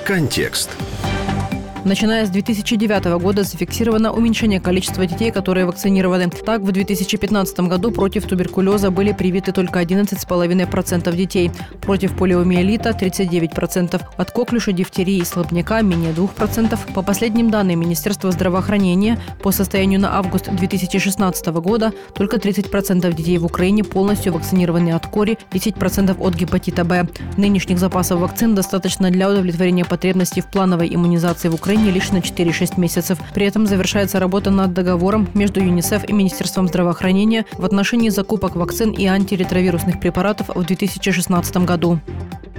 Контекст. Начиная с 2009 года зафиксировано уменьшение количества детей, которые вакцинированы. Так, в 2015 году против туберкулеза были привиты только 11,5% детей, против полиомиелита – 39%, от коклюша, дифтерии и слабняка – менее 2%. По последним данным Министерства здравоохранения, по состоянию на август 2016 года только 30% детей в Украине полностью вакцинированы от кори, 10% от гепатита Б. Нынешних запасов вакцин достаточно для удовлетворения потребностей в плановой иммунизации в Украине лишь на 4-6 месяцев. При этом завершается работа над договором между ЮНИСЕФ и Министерством здравоохранения в отношении закупок вакцин и антиретровирусных препаратов в 2016 году.